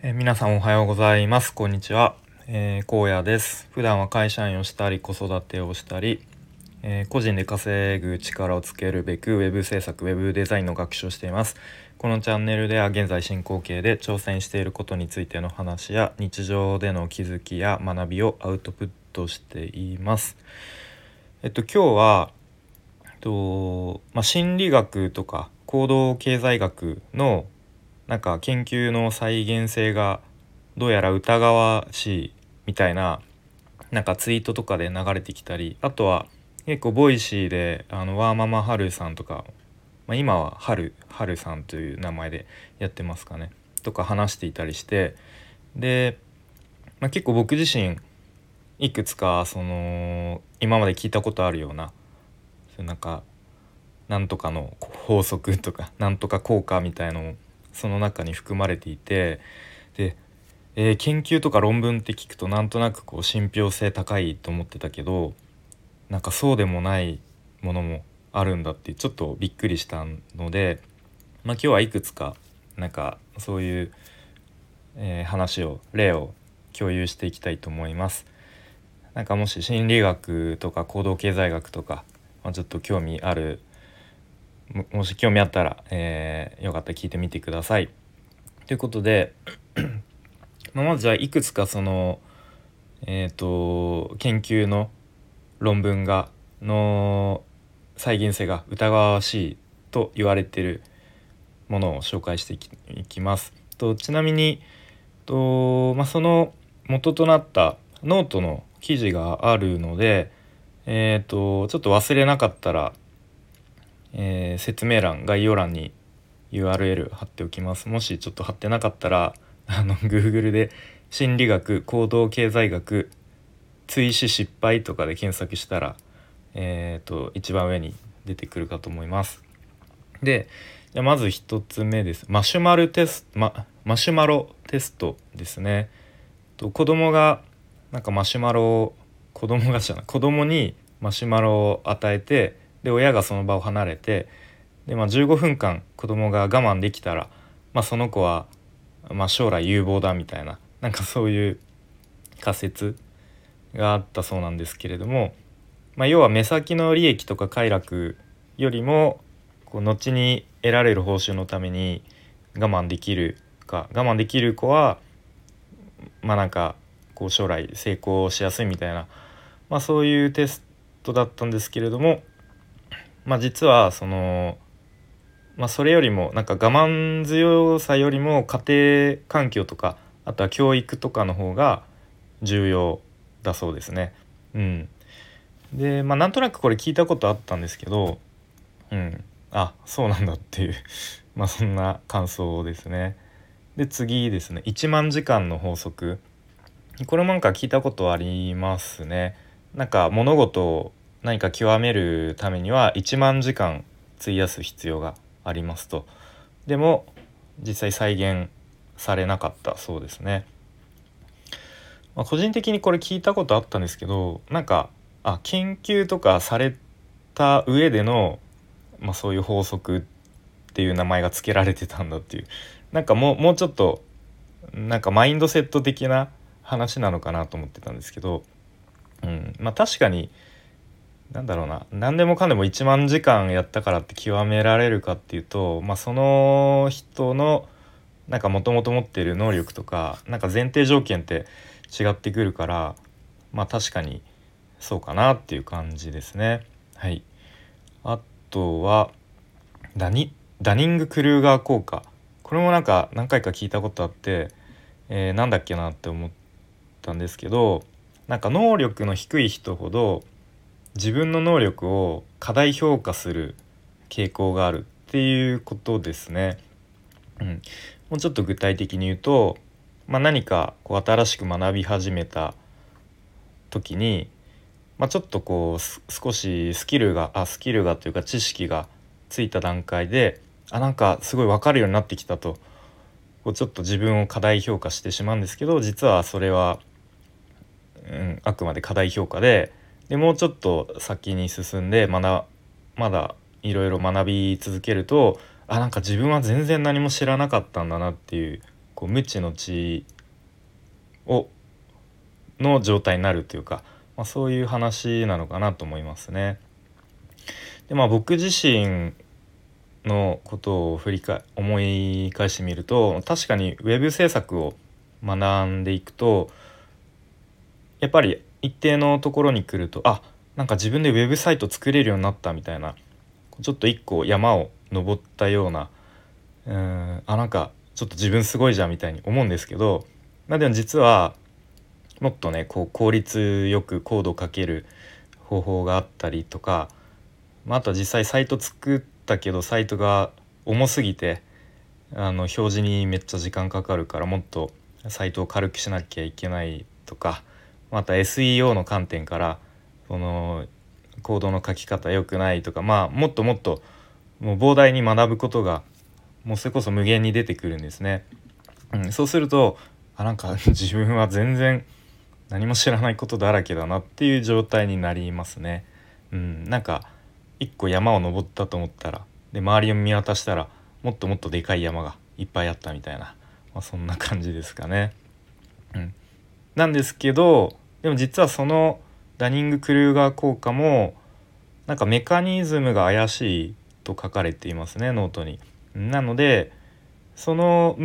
皆さんおはようございます。こんにちは。荒野です。普段は会社員をしたり子育てをしたり、個人で稼ぐ力をつけるべくウェブ制作、ウェブデザインの学習をしています。このチャンネルでは現在進行形で挑戦していることについての話や日常での気づきや学びをアウトプットしています。今日は心理学とか行動経済学の研究の再現性がどうやら疑わしいみたいなツイートとかで流れてきたり、あとは結構ボイシーでワーママハルさんとか、今はハルさんという名前でやってますかねとか話していたりして、で、結構僕自身いくつか今まで聞いたことあるようななんとかの法則とかなんとか効果みたいのもその中に含まれていて、で、研究とか論文って聞くとなんとなく信憑性高いと思ってたけど、そうでもないものもあるんだってちょっとびっくりしたので、今日はいくつかそういう、例を共有していきたいと思います。もし心理学とか行動経済学とか、ちょっと興味あるもし興味あったら、よかったら聞いてみてください。ということでまずじゃあいくつか研究の論文の再現性が疑わしいと言われているものを紹介していきます。ちなみにその元となったノートの記事があるので、ちょっと忘れなかったら、説明欄概要欄に URL 貼っておきます。もしちょっと貼ってなかったらGoogle で心理学行動経済学追試失敗とかで検索したら、一番上に出てくるかと思います。で、じゃあまず一つ目です。マシュマロテストですね。子供がマシュマロを子供にマシュマロを与えて、で親がその場を離れて、で、15分間子供が我慢できたら、その子は、将来有望だみたいなそういう仮説があったそうなんですけれども、要は目先の利益とか快楽よりも後に得られる報酬のために我慢できる子は将来成功しやすいみたいな、そういうテストだったんですけれども、実はそれよりも我慢強さよりも家庭環境とか、あとは教育とかの方が重要だそうですね。で、なんとなくこれ聞いたことあったんですけど、そうなんだっていうそんな感想ですね。で、次ですね、1万時間の法則。これも聞いたことありますね。物事を何か極めるためには1万時間費やす必要がありますと。でも実際再現されなかったそうですね。個人的にこれ聞いたことあったんですけど、研究とかされた上での、そういう法則っていう名前が付けられてたんだっていう、もうちょっとマインドセット的な話なのかなと思ってたんですけど、確かに何でもかんでも1万時間やったからって極められるかっていうと、その人のもともと持っている能力とか前提条件って違ってくるから、確かにそうかなっていう感じですね。はい。あとはダニング・クルーガー効果。これも何回か聞いたことあって、なんだっけなって思ったんですけど、能力の低い人ほど自分の能力を過大評価する傾向があるっていうことですね。もうちょっと具体的に言うと、何か新しく学び始めた時に、ちょっと少しスキルがというか知識がついた段階で、すごい分かるようになってきたとちょっと自分を過大評価してしまうんですけど、実はそれは、あくまで過大評価で、もうちょっと先に進んでまだいろいろ学び続けると、自分は全然何も知らなかったんだなっていうこう無知の知をの状態になるというか、そういう話なのかなと思いますね。で僕自身のことを思い返してみると、確かにウェブ制作を学んでいくとやっぱり一定のところに来ると、なんか自分でウェブサイト作れるようになったみたいな、ちょっと一個山を登ったような、なんかちょっと自分すごいじゃんみたいに思うんですけど、でも実はもっとねこう効率よくコードを書ける方法があったりとか、あとは実際サイト作ったけどサイトが重すぎて表示にめっちゃ時間かかるからもっとサイトを軽くしなきゃいけないとか、また SEO の観点からそのコードの書き方良くないとか、もっともっともう膨大に学ぶことがもうそれこそ無限に出てくるんですね。そうするとなんか自分は全然何も知らないことだらけだなっていう状態になりますね。なんか一個山を登ったと思ったらで周りを見渡したらもっともっとでかい山がいっぱいあったみたいな、そんな感じですかね。なんですけどでも実はそのダニング・クルーガー効果もなんかメカニズムが怪しいと書かれていますね、ノートに。なのでその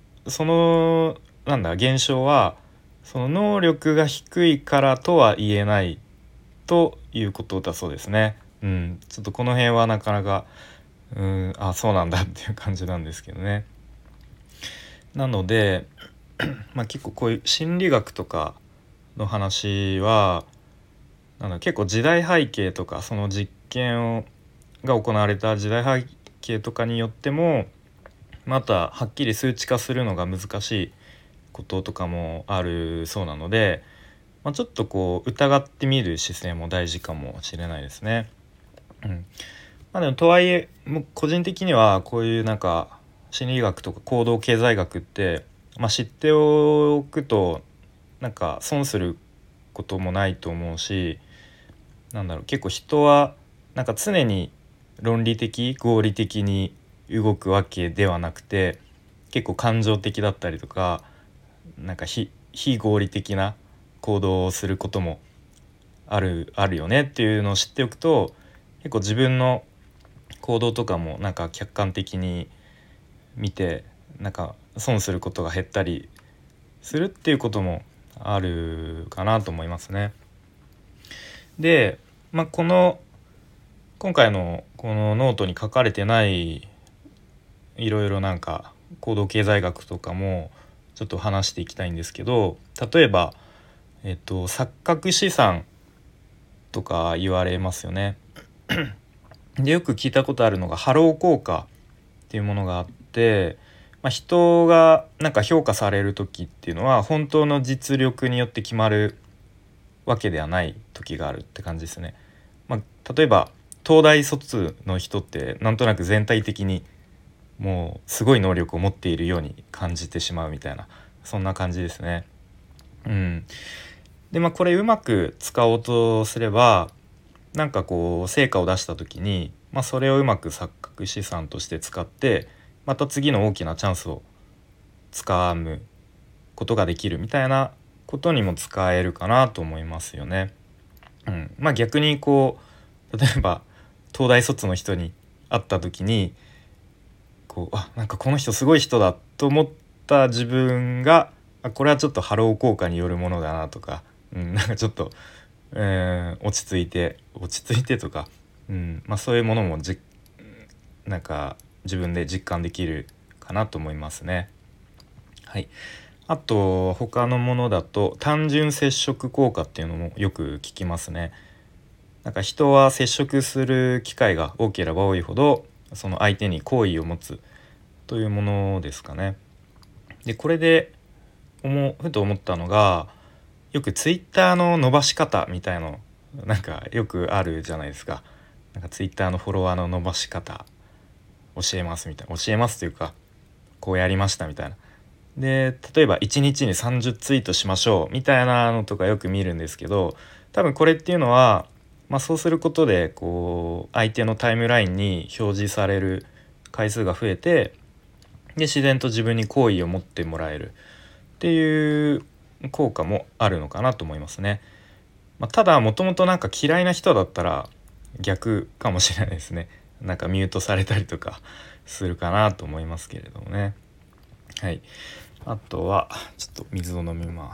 現象はその能力が低いからとは言えないということだそうですね。ちょっとこの辺はなかなかそうなんだっていう感じなんですけどね。なので結構こういう心理学とかの話は結構時代背景とかその実験が行われた時代背景とかによってもまたはっきり数値化するのが難しいこととかもあるそうなので、ちょっとこう疑ってみる姿勢も大事かもしれないですね。でもとはいえもう個人的にはこういうなんか心理学とか行動経済学って、知っておくとなんか損することもないと思うし、結構人はなんか常に論理的合理的に動くわけではなくて結構感情的だったりとかなんか非合理的な行動をすることもあるよねっていうのを知っておくと結構自分の行動とかもなんか客観的に見てなんか損することが減ったりするっていうこともあるかなと思いますね。で、今回のこのノートに書かれてないいろいろなんか行動経済学とかもちょっと話していきたいんですけど、例えば、錯覚資産とか言われますよね。でよく聞いたことあるのがハロー効果っていうものがあって、人がなんか評価される時っていうのは本当の実力によって決まるわけではない時があるって感じですね。例えば東大卒の人ってなんとなく全体的にもうすごい能力を持っているように感じてしまうみたいなそんな感じですね。でこれうまく使おうとすればなんかこう成果を出した時に、それをうまく錯覚資産として使ってまた次の大きなチャンスをつかむことができるみたいなことにも使えるかなと思いますよね。逆にこう例えば東大卒の人に会った時にこうなんかこの人すごい人だと思った自分がこれはちょっとハロー効果によるものだなとか、なんかちょっと、落ち着いてとか、そういうものもなんか自分で実感できるかなと思いますね。はい。あと他のものだと単純接触効果っていうのもよく聞きますね。なんか人は接触する機会が多ければ多いほどその相手に好意を持つというものですかね。でこれでふと思ったのがよくツイッターの伸ばし方みたいのなんかよくあるじゃないですか。なんかツイッターのフォロワーの伸ばし方教えますみたいな、教えますというかこうやりましたみたいな。で例えば1日に30ツイートしましょうみたいなのとかよく見るんですけど、多分これっていうのは、そうすることでこう相手のタイムラインに表示される回数が増えてで自然と自分に好意を持ってもらえるっていう効果もあるのかなと思いますね。ただもともとなんか嫌いな人だったら逆かもしれないですね。なんかミュートされたりとかするかなと思いますけれどもね。はい。あとはちょっと水を飲みます。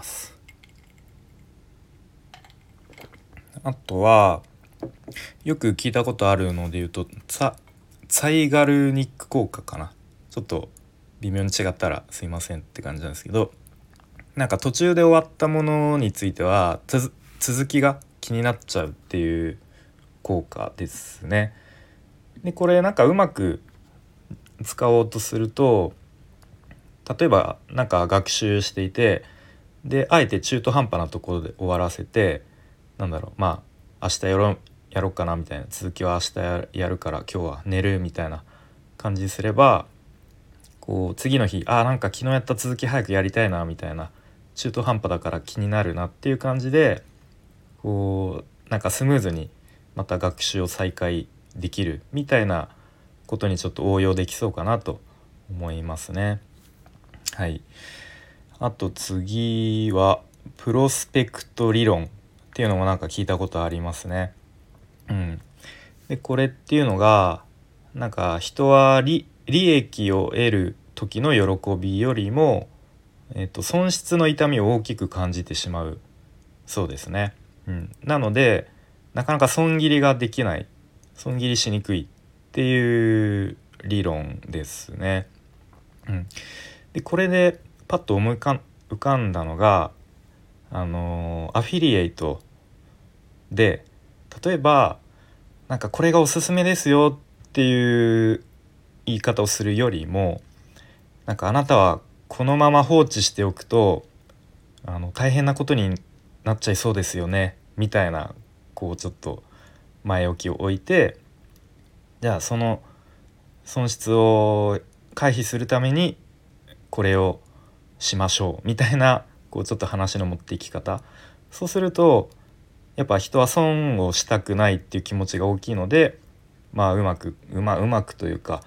あとはよく聞いたことあるので言うとツァイガルニック効果かな。ちょっと微妙に違ったらすいませんって感じなんですけど、なんか途中で終わったものについては続きが気になっちゃうっていう効果ですね。でこれなんかうまく使おうとすると、例えばなんか学習していて、であえて中途半端なところで終わらせて、なんだろう、明日やろうかなみたいな、続きは明日やるから今日は寝るみたいな感じにすれば、こう次の日なんか昨日やった続き早くやりたいなみたいな、中途半端だから気になるなっていう感じで、こうなんかスムーズにまた学習を再開できるみたいなことにちょっと応用できそうかなと思いますね。はい。あと次はプロスペクト理論っていうのもなんか聞いたことありますね。でこれっていうのがなんか人は利益を得る時の喜びよりも、損失の痛みを大きく感じてしまうそうですね。なのでなかなか損切りができない、損切りしにくいっていう理論ですね。でこれでパッと浮かんだのが、アフィリエイトで、例えばなんかこれがおすすめですよっていう言い方をするよりも、なんかあなたはこのまま放置しておくと大変なことになっちゃいそうですよねみたいな、こうちょっと前置きを置いて、じゃあその損失を回避するためにこれをしましょうみたいな、こうちょっと話の持っていき方、そうするとやっぱ人は損をしたくないっていう気持ちが大きいので、うまくというか、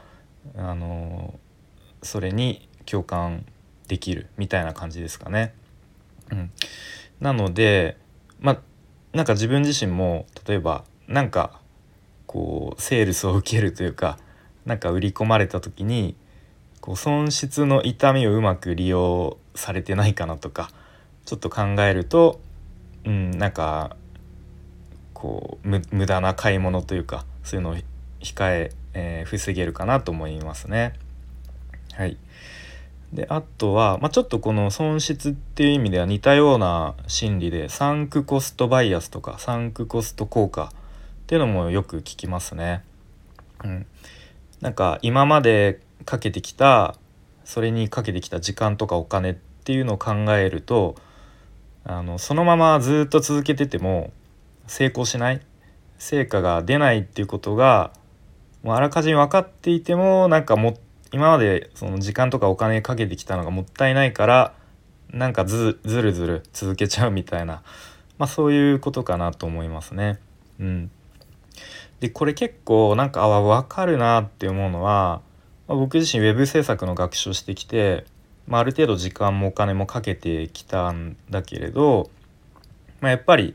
それに共感できるみたいな感じですかね。なのでなんか自分自身も例えばなんかこうセールスを受けるというか、なんか売り込まれた時にこう損失の痛みをうまく利用されてないかなとかちょっと考えると、なんかこう無駄な買い物というかそういうのを防げるかなと思いますね。はい。であとは、ちょっとこの損失っていう意味では似たような心理でサンクコストバイアスとかサンクコスト効果っていうのもよく聞きますね。なんか今までそれにかけてきた時間とかお金っていうのを考えると、そのままずっと続けてても成功しない、成果が出ないっていうことがもうあらかじめ分かっていても、なんか今までその時間とかお金かけてきたのがもったいないから、なんかずるずる続けちゃうみたいな、そういうことかなと思いますね。でこれ結構なんか分かるなって思うのは、僕自身ウェブ制作の学習をしてきて、ある程度時間もお金もかけてきたんだけれど、やっぱり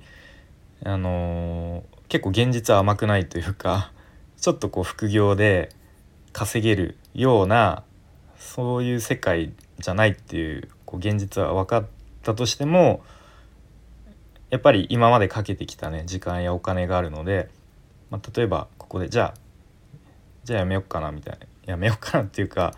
結構現実は甘くないというか、ちょっとこう副業で稼げるようなそういう世界じゃないっていう、現実は分かったとしても、やっぱり今までかけてきたね時間やお金があるので、例えばここでじゃあやめよっかなみたいな、やめよっかなっていうか、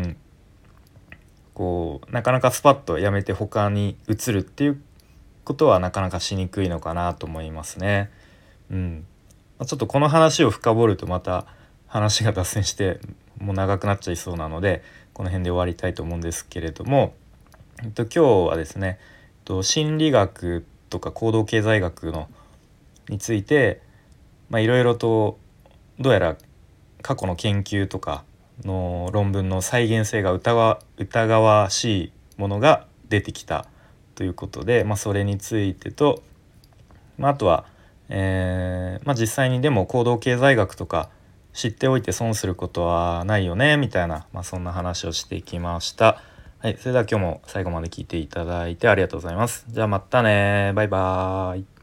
こうなかなかスパッとやめて他に移るっていうことはなかなかしにくいのかなと思いますね。ちょっとこの話を深掘るとまた話が脱線してもう長くなっちゃいそうなので、この辺で終わりたいと思うんですけれども、今日はですね、心理学とか行動経済学について、いろいろとどうやら過去の研究とかの論文の再現性が疑わしいものが出てきたということで、それについてと、あとは、実際にでも行動経済学とか知っておいて損することはないよねみたいな、そんな話をしてきました。はい、それでは今日も最後まで聞いていただいてありがとうございます。じゃあまたね、バイバーイ。